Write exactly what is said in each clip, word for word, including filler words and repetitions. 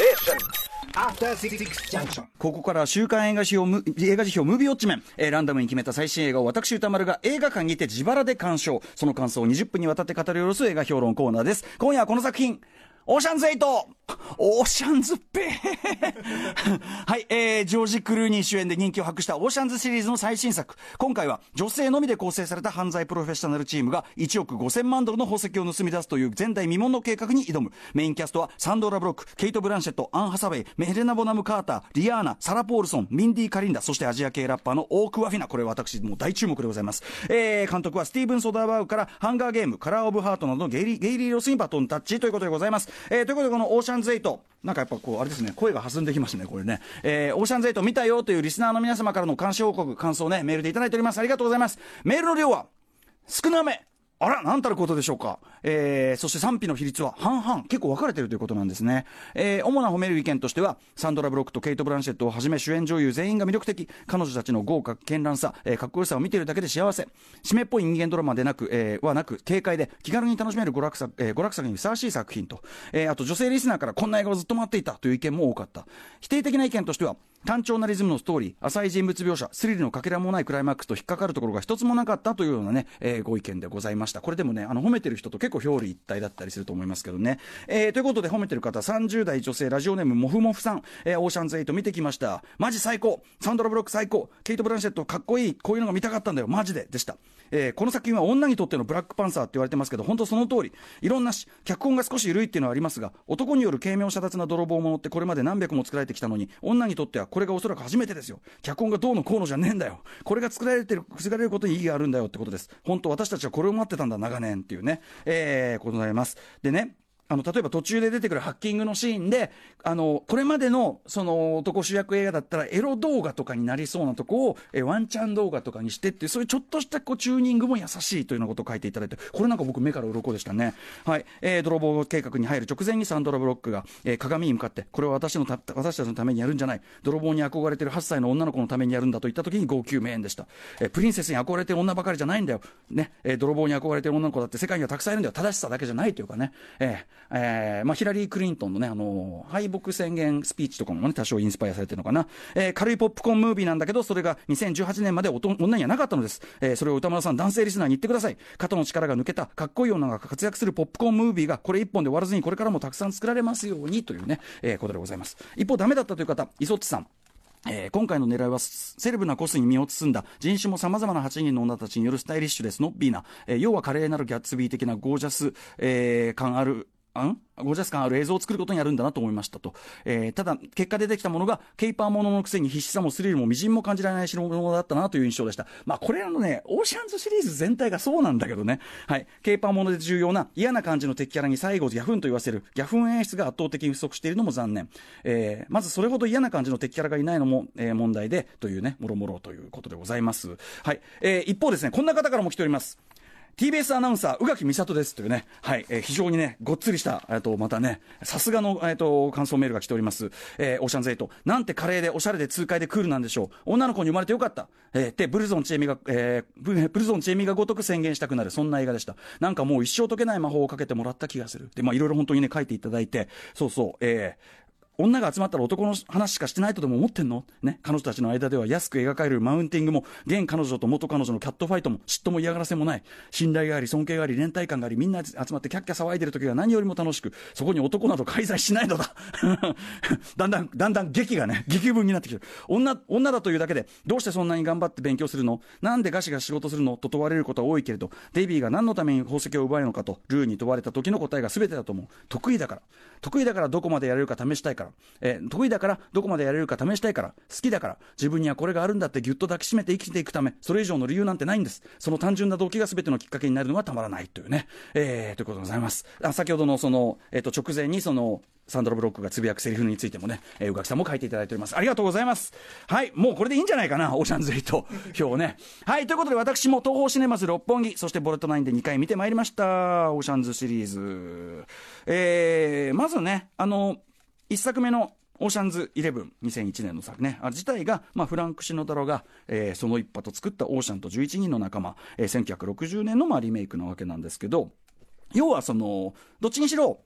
ここからは週刊映画辞表映画辞表ムービーウォッチメン、えー、ランダムに決めた最新映画を私歌丸が映画館にて自腹で鑑賞、その感想をにじゅっぷんにわたって語り下ろす映画評論コーナーです。今夜はこの作品、オーシャンズエイト、オーシャンズペはい、えー、ジョージ・クルーニー主演で人気を博したオーシャンズシリーズの最新作。今回は女性のみで構成された犯罪プロフェッショナルチームがいちおくごせんまんドルの宝石を盗み出すという前代未聞の計画に挑む。メインキャストはサンドラ・ブロック、ケイト・ブランシェット、アン・ハサウェイ、メヘレナ・ボナム・カーター、リアーナ、サラ・ポールソン、ミンディ・カリンダ、そしてアジア系ラッパーのオーク・ワフィナ。これ私もう大注目でございます。えー、監督はスティーブン・ソダーバーグからハンガーゲーム、カラー・オブ・ハートなどのゲイリー・ゲイリー・ロスにバトンタッチということでございます。えー、ということでこのオーシャンズエイト、なんかやっぱこうあれですね、声が弾んできますねこれね。えー、オーシャンズエイト見たよというリスナーの皆様からの監視報告、感想ね、メールでいただいております。ありがとうございます。メールの量は少なめ、あら、なんたることでしょうか。えー、そして賛否の比率は半々、結構分かれているということなんですね。えー、主な褒める意見としては、サンドラ・ブロックとケイト・ブランシェットをはじめ主演女優全員が魅力的、彼女たちの豪華絢爛さ、えー、かっこよさを見ているだけで幸せ、締めっぽい人間ドラマでなく、えー、はなく軽快で気軽に楽しめる娯楽作、えー、娯楽作にふさわしい作品と、えー、あと女性リスナーからこんな映画をずっと待っていたという意見も多かった。否定的な意見としては、単調なリズムのストーリー、浅い人物描写、スリルのかけらもないクライマックスと引っかかるところが一つもなかったというようなね、えー、ご意見でございました。これでもね、あの褒めてる人と結構表裏一体だったりすると思いますけどね。えー、ということで褒めてる方、さんじゅう代女性、ラジオネームモフモフさん、えー、オーシャンズエイト見てきました。マジ最高、サンドラ・ブロック最高、ケイト・ブランシェットかっこいい、こういうのが見たかったんだよ、マジででした。えー、この作品は女にとってのブラックパンサーって言われてますけど、本当その通り、いろんなし脚本が少し緩いっていうのはありますが、男による軽妙遮奪な泥棒者ってこれまで何百も作られてきたのに、女にとってはこれがおそらく初めてですよ。脚本がどうのこうのじゃねえんだよ、これが作られてる作られることに意義があるんだよってことです。本当私たちはこれを待ってたんだ長年っていうね、えー、ことになります。でね、あの例えば途中で出てくるハッキングのシーンで、あのこれまでのその男主役映画だったらエロ動画とかになりそうなとこをえワンチャン動画とかにしてっていう、そういうちょっとしたこうチューニングも優しいというようなことを書いていただいて、これなんか僕目から鱗でしたね。はい、えー、泥棒計画に入る直前にサンドラ・ブロックが、えー、鏡に向かってこれは私のた私たちのためにやるんじゃない、泥棒に憧れてるはっさいの女の子のためにやるんだと言った時に号泣名演でした。えー、プリンセスに憧れてる女ばかりじゃないんだよ、ね、えー、泥棒に憧れてる女の子だって世界にはたくさんいるんだよ、正しさだけじゃないというかね、えーえーまあ、ヒラリー・クリントンのね、あのー、敗北宣言スピーチとかもね多少インスパイアされてるのかな。えー、軽いポップコーンムービーなんだけど、それがにせんじゅうはちねんまで女にはなかったのです。えー、それを歌丸さん、男性リスナーに言ってください。肩の力が抜けたかっこいい女が活躍するポップコーンムービーがこれ一本で終わらずにこれからもたくさん作られますようにというね、えー、ことでございます。一方ダメだったという方、イソッチさん、えー、今回の狙いはセレブなコスに身を包んだ人種も様々なはちにんの女たちによるスタイリッシュでスノッピーな、えー、要は華麗なるギャッツビー的なゴージャス、えー、感あるあんゴージャス感ある映像を作ることになるんだなと思いましたと。えー、ただ結果出てきたものがケイパーもののくせに必死さもスリルもみじんも感じられない代物だったなという印象でした。まあこれらのねオーシャンズシリーズ全体がそうなんだけどね、はい、ケイパーもので重要な嫌な感じの敵キャラに最後ギャフンと言わせるギャフン演出が圧倒的に不足しているのも残念。えー、まずそれほど嫌な感じの敵キャラがいないのも、えー、問題でというね、もろもろということでございます。はい、えー、一方ですね、こんな方からも来ております。ティービーエス アナウンサー宇垣美里ですというね、はい、えー、非常にねごっつりしたえっとまたねさすがのえっと感想メールが来ております。えー、オーシャンズエイトなんて華麗でおしゃれで痛快でクールなんでしょう。女の子に生まれてよかった、えー、でブルゾンチエミが、えー、ブルゾンチエミがごとく宣言したくなるそんな映画でした。なんかもう一生解けない魔法をかけてもらった気がする。でまあいろいろ本当にね書いていただいて、そうそう、えー女が集まったら男の話しかしてないとでも思ってんの、ね、彼女たちの間では安く描かれるマウンティングも現彼女と元彼女のキャットファイトも嫉妬も嫌がらせもない、信頼があり尊敬があり連帯感があり、みんな集まってキャッキャ騒いでる時が何よりも楽しく、そこに男など介在しないのだだんだんだんだん劇がね劇文になってきてる。 女, 女だというだけでどうしてそんなに頑張って勉強するの、なんでガシガシ仕事するのと問われることは多いけれど、デイビーが何のために宝石を奪うのかとルーに問われた時の答えが全てだと思う。得意だから得意だからどこまでやれるか試したいから、えー、得意だからどこまでやれるか試したいから、好きだから自分にはこれがあるんだってぎゅっと抱きしめて生きていくため、それ以上の理由なんてないんです。その単純な動機が全てのきっかけになるのはたまらないというね、えー、ということでございます。あ先ほどのその、えー、と直前にそのサンドラ・ブロックがつぶやくセリフについてもね、えー、宇垣さんも書いていただいております。ありがとうございます。はい、もうこれでいいんじゃないかな、オーシャンズエイト表ね。はい、ということで私も東宝シネマズ六本木、そしてボルトナインでにかい見てまいりました、オーシャンズシリーズ。えー、まずね、あのいっさくめのオーシャンズイレブン、にせんいちねんの作ね、あ自体が、まあ、フランク・シノダロが、えー、その一派と作ったオーシャンとじゅういちにんの仲間、えー、せんきゅうひゃくろくじゅうねんの、まあ、リメイクなわけなんですけど、要はそのどっちにしろ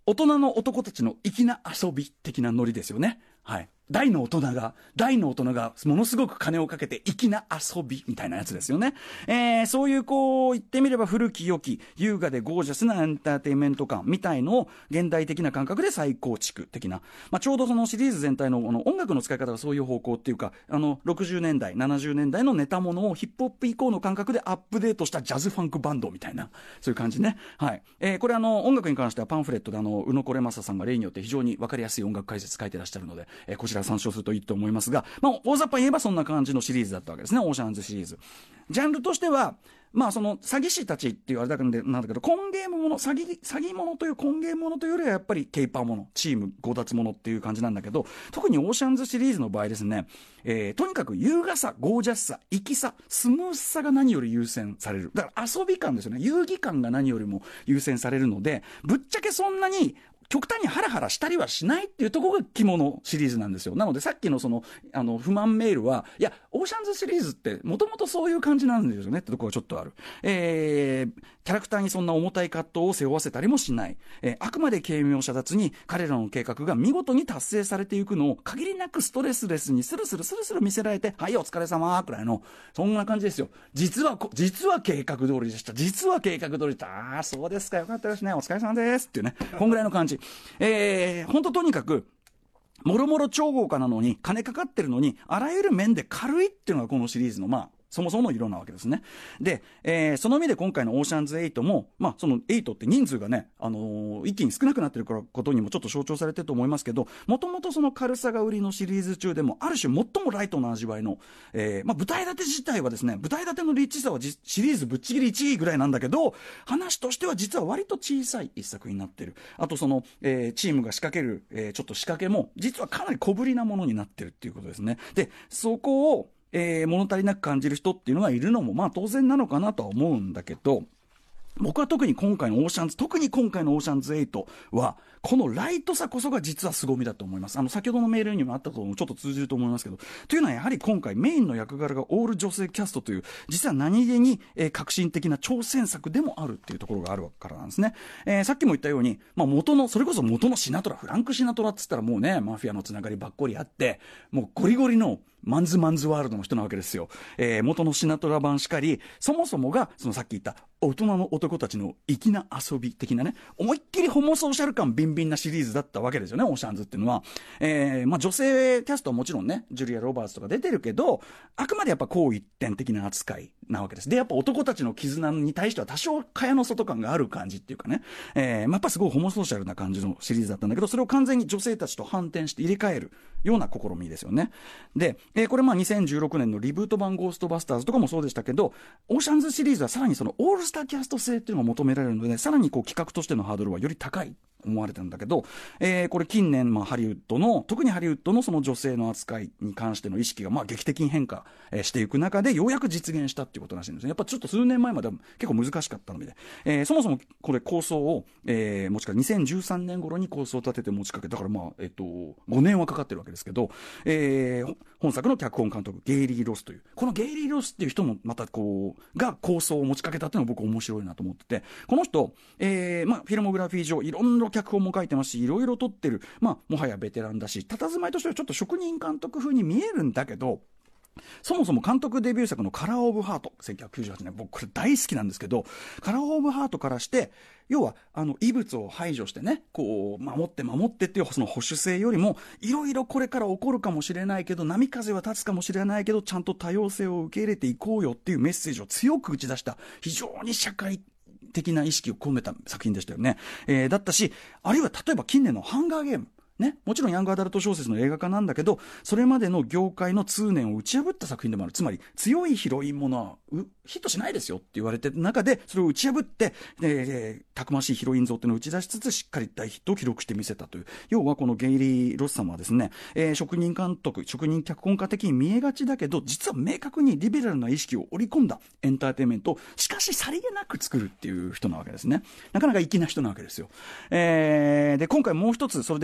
大人の男たちの粋な遊び的なノリですよね。はい。大の大人が、大の大人がものすごく金をかけて粋な遊びみたいなやつですよね。えー、そういうこう言ってみれば古き良き優雅でゴージャスなエンターテインメント感みたいのを現代的な感覚で再構築的な、まあ、ちょうどそのシリーズ全体のこの音楽の使い方がそういう方向っていうか、あのろくじゅうねんだいななじゅうねんだいのネタものをヒップホップ以降の感覚でアップデートしたジャズファンクバンドみたいな、そういう感じね。はい。えー、これあの音楽に関してはパンフレットであの宇野これまささんが例によって非常に分かりやすい音楽解説書いてらっしゃるので、えー、こちら参照するといいと思いますが、まあ、大雑把に言えばそんな感じのシリーズだったわけですね、オーシャンズシリーズ。ジャンルとしてはまあその詐欺師たちっていうあれだけなんだけど、コンゲームもの、詐欺詐欺ものというコンゲームものというよりはやっぱりケイパーもの、チーム強奪ものっていう感じなんだけど、特にオーシャンズシリーズの場合ですね、えー、とにかく優雅さ、ゴージャスさ、粋さ、スムースさが何より優先される。だから遊び感ですよね、遊戯感が何よりも優先されるので、ぶっちゃけそんなに極端にハラハラしたりはしないっていうところが肝のシリーズなんですよ。なのでさっきのそのあの不満メールは、いやオーシャンズシリーズってもともとそういう感じなんですよねってところがちょっとある。えー、キャラクターにそんな重たい葛藤を背負わせたりもしない、えー、あくまで軽妙遮奪に彼らの計画が見事に達成されていくのを限りなくストレスレスにスルスルスルスル見せられて、はいお疲れ様くらいのそんな感じですよ。実は実は計画通りでした、実は計画通りでした、ああそうですか、よかったですね、お疲れ様ですっていうね、こんぐらいの感じ。えー、本当とにかくもろもろ超豪華なのに金かかってるのにあらゆる面で軽いっていうのがこのシリーズのまあそもそもの色なわけですね。で、えー、その意味で今回のオーシャンズエイトも、まあ、そのエイトって人数がね、あのー、一気に少なくなってることにもちょっと象徴されてると思いますけど、もともとその軽さが売りのシリーズ中でも、ある種最もライトな味わいの、えー、まあ、舞台立て自体はですね、舞台立てのリッチさはシリーズぶっちぎりいちいぐらいなんだけど、話としては実は割と小さい一作になってる。あとその、えー、チームが仕掛ける、えー、ちょっと仕掛けも、実はかなり小ぶりなものになってるっていうことですね。で、そこを、えー、物足りなく感じる人っていうのがいるのもまあ当然なのかなとは思うんだけど、僕は特に今回のオーシャンズ、特に今回のオーシャンズエイトはこのライトさこそが実は凄みだと思います。あの先ほどのメールにもあったともちょっと通じると思いますけど、というのはやはり今回メインの役柄がオール女性キャストという実は何気に、えー、革新的な挑戦作でもあるっていうところがあるからなんですね。えー、さっきも言ったように、まあ、元のそれこそ元のシナトラ、フランク・シナトラっつったらもうねマフィアのつながりばっこりあって、もうゴリゴリのマンズマンズワールドの人なわけですよ。えー、元のシナトラ版しかり、そもそもがそのさっき言った大人の男たちの粋な遊び的なね、思いっきりホモソーシャル感ビンビンなシリーズだったわけですよね、オーシャンズっていうのは。えー、まあ女性キャストはもちろんね、ジュリア・ロバーツとか出てるけど、あくまでやっぱ好一点的な扱いなわけです。で、やっぱ男たちの絆に対しては多少蚊帳の外感がある感じっていうかね、えー、まあやっぱすごいホモソーシャルな感じのシリーズだったんだけど、それを完全に女性たちと反転して入れ替えるような試みですよね。で、えー、これまあにせんじゅうろくねんのリブート版ゴーストバスターズとかもそうでしたけど、オーシャンズシリーズはさらにそのオールスターキャスト性っていうのが求められるので、さらにこう企画としてのハードルはより高い思われたんだけど、えー、これ近年、まあ、ハリウッドの特にハリウッドのその女性の扱いに関しての意識がまあ劇的に変化、えー、していく中でようやく実現したっていうことらしいんですね。やっぱちょっと数年前までは結構難しかったので、えー、そもそもこれ構想を、えー、持ちかけにせんじゅうさんねん頃に構想を立てて持ちかけ、だからまあ、えっと、ごねんはかかってるわけですけど、えー、本作の脚本監督ゲイリー・ロスという、このゲイリー・ロスっていう人もまたこうが構想を持ちかけたっていうのが僕面白いなと思ってて、この人、えーまあ、フィルモグラフィー上いろんな脚本も書いてますし、いろいろ撮ってる、まあ、もはやベテランだし、佇まいとしてはちょっと職人監督風に見えるんだけど、そもそも監督デビュー作のカラーオブハート、せんきゅうひゃくきゅうじゅうはちねん、僕これ大好きなんですけど、カラーオブハートからして要はあの異物を排除してね、こう守って守ってっていうその保守性よりも、いろいろこれから起こるかもしれないけど、波風は立つかもしれないけど、ちゃんと多様性を受け入れていこうよっていうメッセージを強く打ち出した非常に社会的な意識を込めた作品でしたよね。えー、だったし、あるいは例えば近年のハンガーゲームね、もちろんヤングアダルト小説の映画化なんだけど、それまでの業界の通念を打ち破った作品でもある。つまり強いヒロインものはヒットしないですよって言われてる中で、それを打ち破って、えー、たくましいヒロイン像っていうのを打ち出しつつ、しっかり大ヒットを記録してみせたという。要はこのゲイリー・ロス様はですね、えー、職人監督、職人脚本家的に見えがちだけど、実は明確にリベラルな意識を織り込んだエンターテインメントをしかしさりげなく作るっていう人なわけですね。なかなか粋な人なわけですよ。えー、で今回もう一つ、それでさらにそ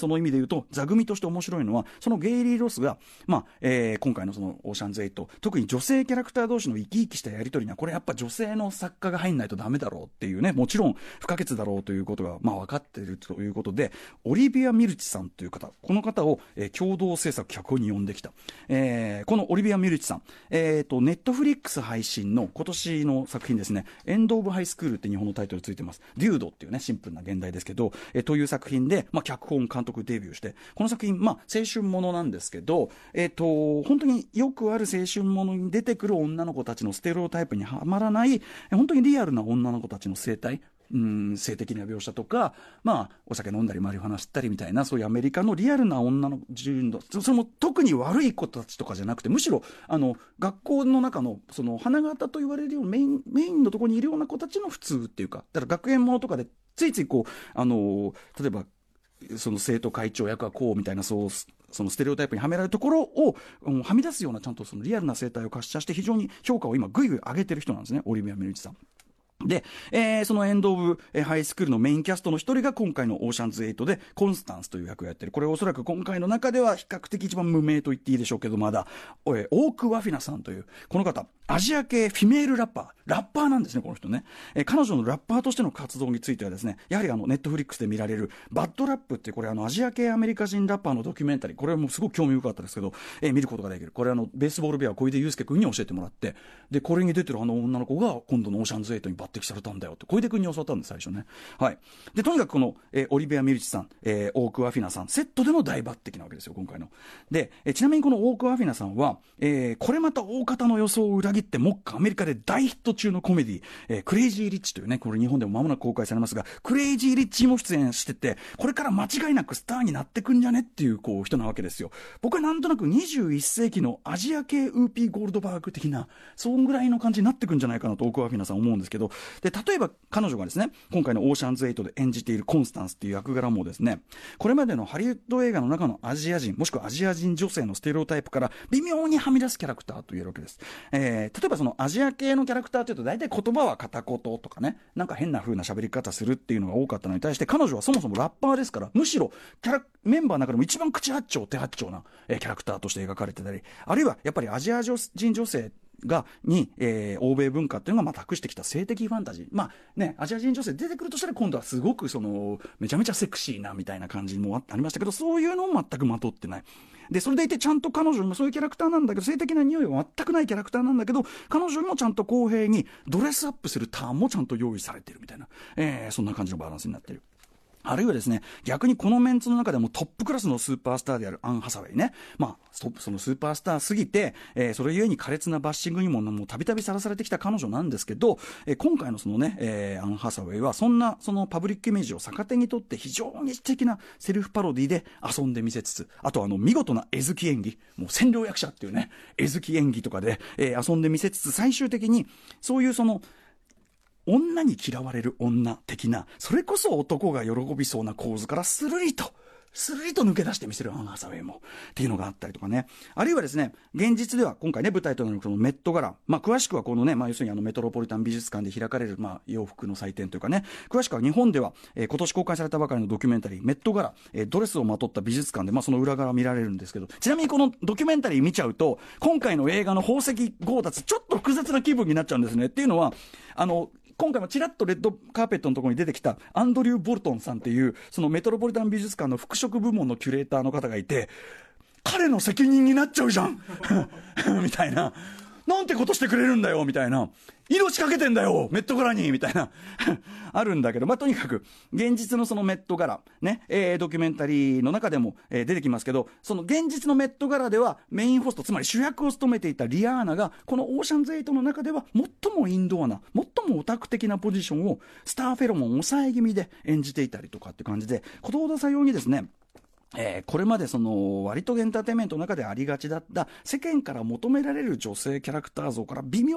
その意味で言うと座組として面白いのは、そのゲイリー・ロスが、まあえー、今回のそのオーシャンズエイト、特に女性キャラクター同士の生き生きしたやり取りにはこれやっぱ女性の作家が入んないとダメだろうっていうね、もちろん不可欠だろうということがまあ分かっているということで、オリビア・ミルチさんという方、この方を、えー、共同制作脚本に呼んできた、えー、このオリビア・ミルチさん、えーとネットフリックス配信の今年の作品ですね、エンド・オブ・ハイスクールって日本のタイトルついてます。デュードっていうね、シンプルな現代ですけど、えー、という作品で、まあ、脚本監督デビューして、この作品、まあ、青春ものなんですけど、えーと本当によくある青春ものに出てくる女の子たちのステレオタイプにはまらない、本当にリアルな女の子たちの生態、うん、性的な描写とか、まあ、お酒飲んだりマリファナ吸ったりみたいな、そういうアメリカのリアルな女の子、それも特に悪い子たちとかじゃなくて、むしろあの学校の中のその花形と言われるようなメイン、メインのところにいるような子たちの普通っていうか、だから学園ものとかでついついこう、あの例えばその生徒会長役はこうみたいな、そうそのステレオタイプにはめられるところを、うん、はみ出すようなちゃんとそのリアルな生態を可視化して非常に評価を今ぐいぐい上げてる人なんですね、オリビア・メルチさんで、えー、そのエンド・オブ・ハイスクールのメインキャストの一人が今回のオーシャンズエイトでコンスタンスという役をやってる。これおそらく今回の中では比較的一番無名と言っていいでしょうけど、まだオーク・ワフィナさんというこの方、アジア系フィメールラッパーラッパーなんですね、この人ね、えー、彼女のラッパーとしての活動についてはですね、やはりあのネットフリックスで見られるバッドラップっていう、これあのアジア系アメリカ人ラッパーのドキュメンタリー、これはもうすごく興味深かったですけど、えー、見ることができる。これあのベースボールベア小出祐介君に教えてもらって、でこれに出てるあの女の子が今度のオーシャンズエイトに抜擢されたんだよって小出君に教わったんです、最初ね。はい。でとにかくこの、えー、オリビア・ミルチさん、えー、オーク・ワフィナさんセットでの大抜擢なわけですよ、今回の。で、えー、ちなみにこのオーク・ワフィナさんは、えー、これまた大方の予想を裏切って目下アメリカで大ヒット中のコメディ、えー、クレイジー・リッチというね、これ日本でも間もなく公開されますが、クレイジー・リッチも出演してて、これから間違いなくスターになってくんじゃねっていうこう人なわけですよ。僕はなんとなくにじゅういっ世紀のアジア系ウーピー・ゴールドバーグ的な、そんぐらいの感じになってくんじゃないかなとオーク・ワフィナさん思うんですけど、で例えば彼女がですね、今回のオーシャンズエイトで演じているコンスタンスっていう役柄もですね、これまでのハリウッド映画の中のアジア人もしくはアジア人女性のステレオタイプから微妙にはみ出すキャラクターと言えるわけです。えー、例えばそのアジア系のキャラクターというと大体言葉は片言とかね、なんか変な風な喋り方するっていうのが多かったのに対して、彼女はそもそもラッパーですから、むしろキャラメンバーの中でも一番口八丁手八丁な、えー、キャラクターとして描かれてたり、あるいはやっぱりアジア人女性がに、えー、欧米文化っていうのがまあ託してきた性的ファンタジー、まあね、アジア人女性出てくるとしたら今度はすごくそのめちゃめちゃセクシーなみたいな感じもありましたけど、そういうのを全くまとってない。でそれでいてちゃんと彼女にもそういうキャラクターなんだけど、性的な匂いは全くないキャラクターなんだけど、彼女にもちゃんと公平にドレスアップするターンもちゃんと用意されてるみたいな、えー、そんな感じのバランスになってる。あるいはですね、逆にこのメンツの中でもトップクラスのスーパースターであるアン・ハサウェイね、まあそのスーパースターすぎて、えー、それゆえに苛烈なバッシングにももうたびたびさらされてきた彼女なんですけど、えー、今回のそのね、えー、アン・ハサウェイはそんなそのパブリックイメージを逆手にとって非常に素敵なセルフパロディで遊んでみせつつ、あとあの見事な絵好き演技、もう占領役者っていうね絵好き演技とかで、えー、遊んでみせつつ、最終的にそういうその女に嫌われる女的な、それこそ男が喜びそうな構図からスルリとスルリと抜け出してみせるアン・ハサウェイもっていうのがあったりとかね。あるいはですね、現実では今回ね舞台となるこのメットガラ、まあ詳しくはこのね、まあ要するにあのメトロポリタン美術館で開かれるまあ洋服の祭典というかね、詳しくは日本では、えー、今年公開されたばかりのドキュメンタリーメットガラ、えー、ドレスをまとった美術館でまあその裏側見られるんですけど、ちなみにこのドキュメンタリー見ちゃうと今回の映画の宝石強奪ちょっと複雑な気分になっちゃうんですね。っていうのはあの今回もちらっとレッドカーペットのところに出てきたアンドリュー・ボルトンさんっていうそのメトロポリタン美術館の服飾部門のキュレーターの方がいて、彼の責任になっちゃうじゃんみたいな、なんてことしてくれるんだよみたいな、命かけてんだよメットガラにみたいなあるんだけど、まあとにかく現実のそのメットガラね、えー、ドキュメンタリーの中でも、えー、出てきますけど、その現実のメットガラではメインホスト、つまり主役を務めていたリアーナがこのオーシャンズエイトの中では最もインドアな最もオタク的なポジションをスターフェロモン抑え気味で演じていたりとかって感じで、ことほどさようにですね、えー、これまでその割とエンターテインメントの中でありがちだった世間から求められる女性キャラクター像から微妙に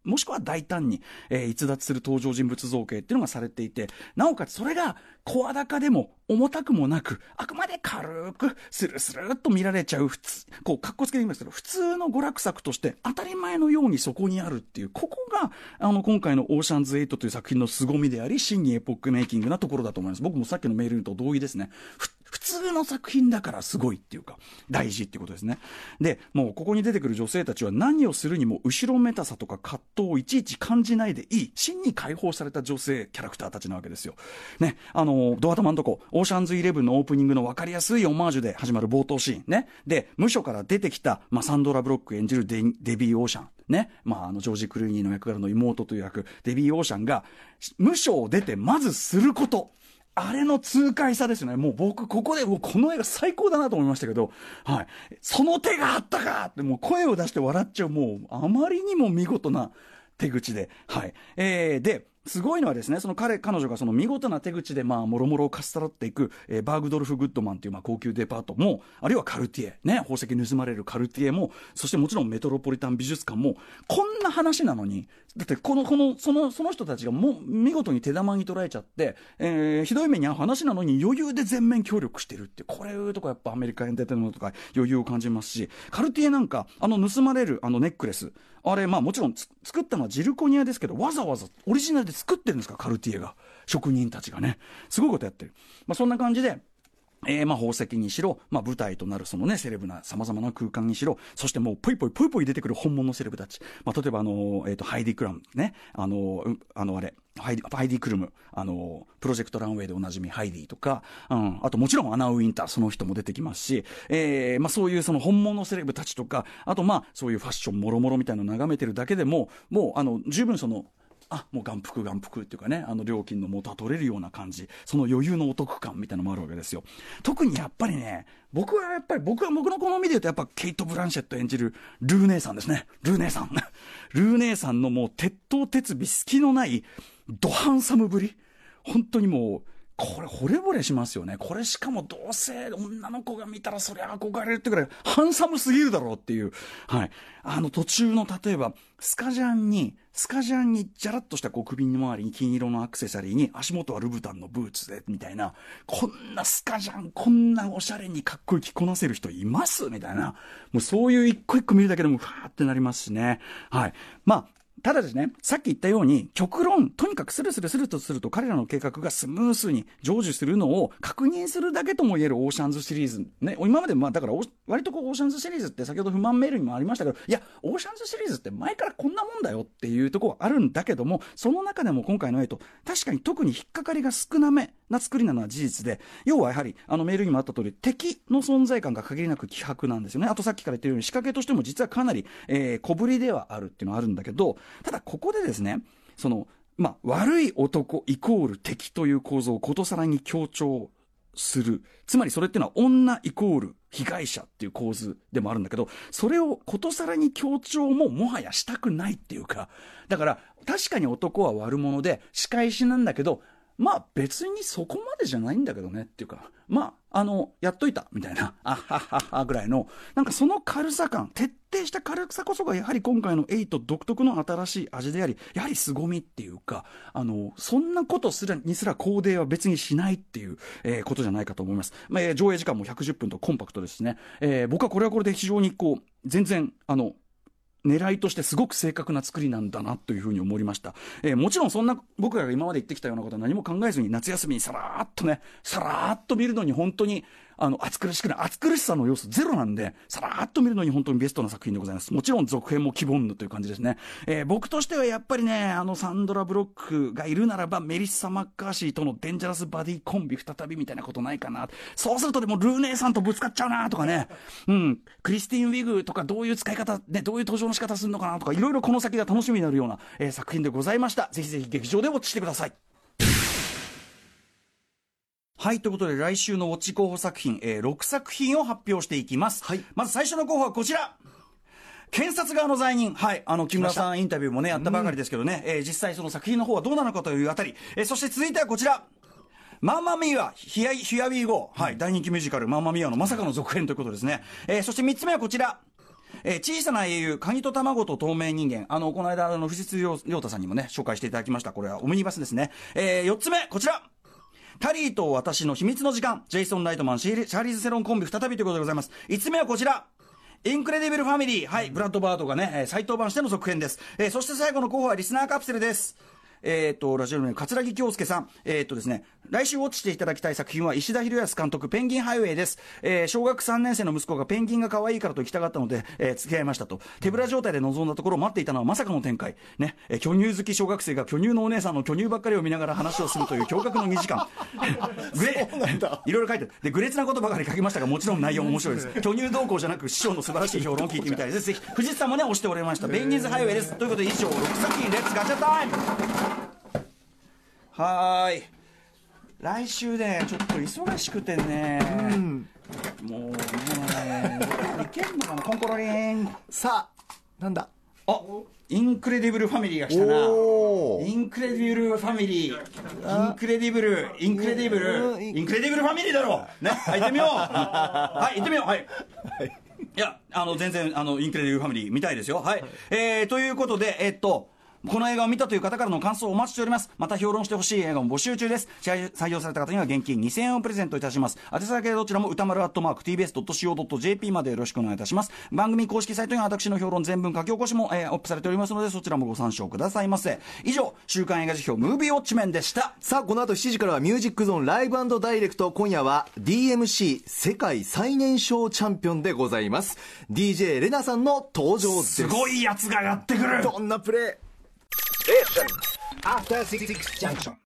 もしくは大胆に、えー、逸脱する登場人物造形っていうのがされていて、なおかつそれが声高でも重たくもなく、あくまで軽くスルスルっと見られちゃう、普通こうかっこつけて言いますけど、普通の娯楽作として当たり前のようにそこにあるっていう、ここがあの今回のオーシャンズエイトという作品の凄みであり、真にエポックメイキングなところだと思います。僕もさっきのメールと同意ですね。普通の作品だからすごいっていうか大事っていうことですね。でもうここに出てくる女性たちは何をするにも後ろめたさとか葛藤をいちいち感じないでいい、真に解放された女性キャラクターたちなわけですよね。あのドア玉のとこオーシャンズイレブンのオープニングの分かりやすいオマージュで始まる冒頭シーンね。で無所から出てきた、まあ、サンドラ・ブロック演じる デ, デビー・オーシャンね、まあ、あのジョージ・クルーニーの役柄の妹という役デビー・オーシャンが無所を出てまずすること、あれの痛快さですよね。もう僕ここでもうこの映画最高だなと思いましたけど、はい、その手があったかってもう声を出して笑っちゃう、もうあまりにも見事な手口で、はい、えー、ですごいのはですね、その彼彼女がその見事な手口でまあもろもろをかっさらっていく、えー、バーグドルフ・グッドマンというまあ高級デパートも、あるいはカルティエね、宝石盗まれるカルティエも、そしてもちろんメトロポリタン美術館も、こんな話なのに、だってこのこのそのその人たちがもう見事に手玉に捉えちゃって、えー、ひどい目に遭う話なのに余裕で全面協力してるって、これいうとこやっぱアメリカエンターテインメントとか余裕を感じますし、カルティエなんかあの盗まれるあのネックレス、あれまあもちろん作ったのはジルコニアですけど、わざわざオリジナルで作ってるんですか、カルティエが、職人たちがね、すごいことやってる。まあそんな感じで、えー、まあ宝石にしろ、まあ舞台となるそのねセレブな様々な空間にしろ、そしてもうポイポイポイポイ出てくる本物のセレブたち、まあ例えばあのえっ、ー、とハイディクラムね、あのあのあれハイディ、ハイディクルム、あのプロジェクトランウェイでおなじみハイディとか、うん、あともちろんアナ・ウィンター、その人も出てきますし、えー、まあそういうその本物のセレブたちとか、あとまあそういうファッションもろもろみたいなのを眺めてるだけでも、もうあの十分そのあもう眼福眼福っていうかね、あの料金の元は取れるような感じ、その余裕のお得感みたいなのもあるわけですよ。特にやっぱりね、僕はやっぱり僕は僕の好みで言うとやっぱケイト・ブランシェット演じるルー姉さんですね。ルー姉さんルー姉さんのもう鉄頭鉄尾隙のないドハンサムぶり、本当にもうこれ惚れ惚れしますよね。これしかも同性女の子が見たらそりゃ憧れるってくらいハンサムすぎるだろうっていう、はい、あの途中の例えばスカジャンにスカジャンにじゃらっとしたこう首の周りに金色のアクセサリーに足元はルブタンのブーツでみたいな、こんなスカジャンこんなおしゃれにかっこよく着こなせる人いますみたいな、もうそういう一個一個見るだけでもファーってなりますしね。はい、まあただですね、さっき言ったように極論とにかくスルスルスルとすると彼らの計画がスムースに成就するのを確認するだけとも言えるオーシャンズシリーズね。今までまあだから割とこうオーシャンズシリーズって先ほど不満メールにもありましたけど、いやオーシャンズシリーズって前からこんなもんだよっていうところはあるんだけども、その中でも今回のエイト確かに特に引っかかりが少なめな作りなのは事実で、要はやはりあのメールにもあった通り敵の存在感が限りなく希薄なんですよね。あとさっきから言ってるように仕掛けとしても実はかなり、えー、小ぶりではあるっていうのはあるんだけど、ただここでですね、そのまあ、悪い男イコール敵という構造をことさらに強調する。つまりそれっていうのは女イコール被害者っていう構図でもあるんだけど、それをことさらに強調ももはやしたくないっていうか、だから確かに男は悪者で仕返しなんだけど、まあ別にそこまでじゃないんだけどねっていうか、まああのやっといたみたいな、あはははぐらいのなんかその軽さ感、徹底した軽さこそがやはり今回のエイト独特の新しい味であり、やはり凄みっていうか、あのそんなことすらにすら肯定は別にしないっていう、えー、ことじゃないかと思います。まあ、えー、上映時間もひゃくじゅっぷんとコンパクトですね。えー、僕はこれはこれで非常にこう全然あの狙いとしてすごく正確な作りなんだなというふうに思いました。えー、もちろんそんな僕らが今まで言ってきたようなことは何も考えずに夏休みにさらーっとねさらーっと見るのに本当にあの暑苦しくない、暑苦しさの要素ゼロなんで、さらーっと見るのに本当にベストな作品でございます。もちろん続編も希望のという感じですね。えー、僕としてはやっぱりね、あのサンドラ・ブロックがいるならばメリッサ・マッカーシーとのデンジャラスバディコンビ再びみたいなことないかな。そうするとでもルーネーさんとぶつかっちゃうなとかね、うん、クリスティン・ウィグとかどういう使い方ね、どういう登場の仕方するのかなとか、いろいろこの先が楽しみになるような、えー、作品でございました。ぜひぜひ劇場でウォッチしてください。はい、ということで来週のウォッチ候補作品、えー、ろくさく品を発表していきます。はい、まず最初の候補はこちら。検察側の罪人、はい、あの木村さんインタビューもねやったばかりですけどね、えー、実際その作品の方はどうなのかというあたり、えー、そして続いてはこちら。マンマミーア、ヒア、ヒアビーゴー、はい、大人気ミュージカルマンマミーアのまさかの続編ということですね。えー、そしてみっつめはこちら。 えー、小さな英雄、カニと卵と透明人間。あの、この間、あの、藤津亮太さんにもね、紹介していただきました。これはオムニバスですね。えー、よっつめ、こちら。タリーと私の秘密の時間。ジェイソン・ライトマン、シャーリーズ・セロンコンビ再びということでございます。いつつめはこちら。インクレディブルファミリー。はい、ブラッド・バートがね、再登板しての続編です。えー、そして最後の候補はリスナーカプセルです。えっ、ー、と、ラジオネーム、桂木京介さん。えっ、ー、とですね、来週ウォッチしていただきたい作品は石田博康監督、ペンギンハイウェイです。えー、小学さんねん生の息子がペンギンが可愛いからと行きたかったので、えー、付き合いましたと。手ぶら状態で臨んだところ待っていたのはまさかの展開。ね、えー、巨乳好き小学生が巨乳のお姉さんの巨乳ばっかりを見ながら話をするという驚愕のにじかん。グレいろいろ書いてある。で、グレツなことばかり書きましたが、もちろん内容も面白いです。巨乳動向じゃなく師匠の素晴らしい評論を聞いてみたいです。ぜひ、藤津さんもね、押しておられました。ペンギンズハイウェイです。ということで、以上、ろくさくひんレッツガチャタイム。はーい、来週ねちょっと忙しくてね、うん、もうもうねいけんのかな。コンコロリン。さあなんだ。あ、インクレディブルファミリーが来たな。インクレディブルファミリー、インクレディブルインクレディブルインクレディブルファミリーだろうね。はい、行ってみよう。はい、行ってみよう。はい、はい、いや、あの全然あのインクレディブルファミリー見たいですよ。はい、はい、えー、ということで、えっとこの映画を見たという方からの感想をお待ちしております。また評論してほしい映画も募集中です。採用された方には現金にせんえんをプレゼントいたします。宛先はどちらも歌丸アットマーク ティービーエスドットシーオードットジェーピー までよろしくお願いいたします。番組公式サイトには私の評論全文書き起こしも、えー、アップされておりますので、そちらもご参照くださいませ。以上、週刊映画辞表ムービーウォッチメンでした。 さあ、この後しちじからはミュージックゾーンライブ&ダイレクト。今夜は ディーエムシー 世界最年少チャンピオンでございます。ディージェー レナさんの登場です。 すごいやつがやってくる。 どんなプレー。After Six Junction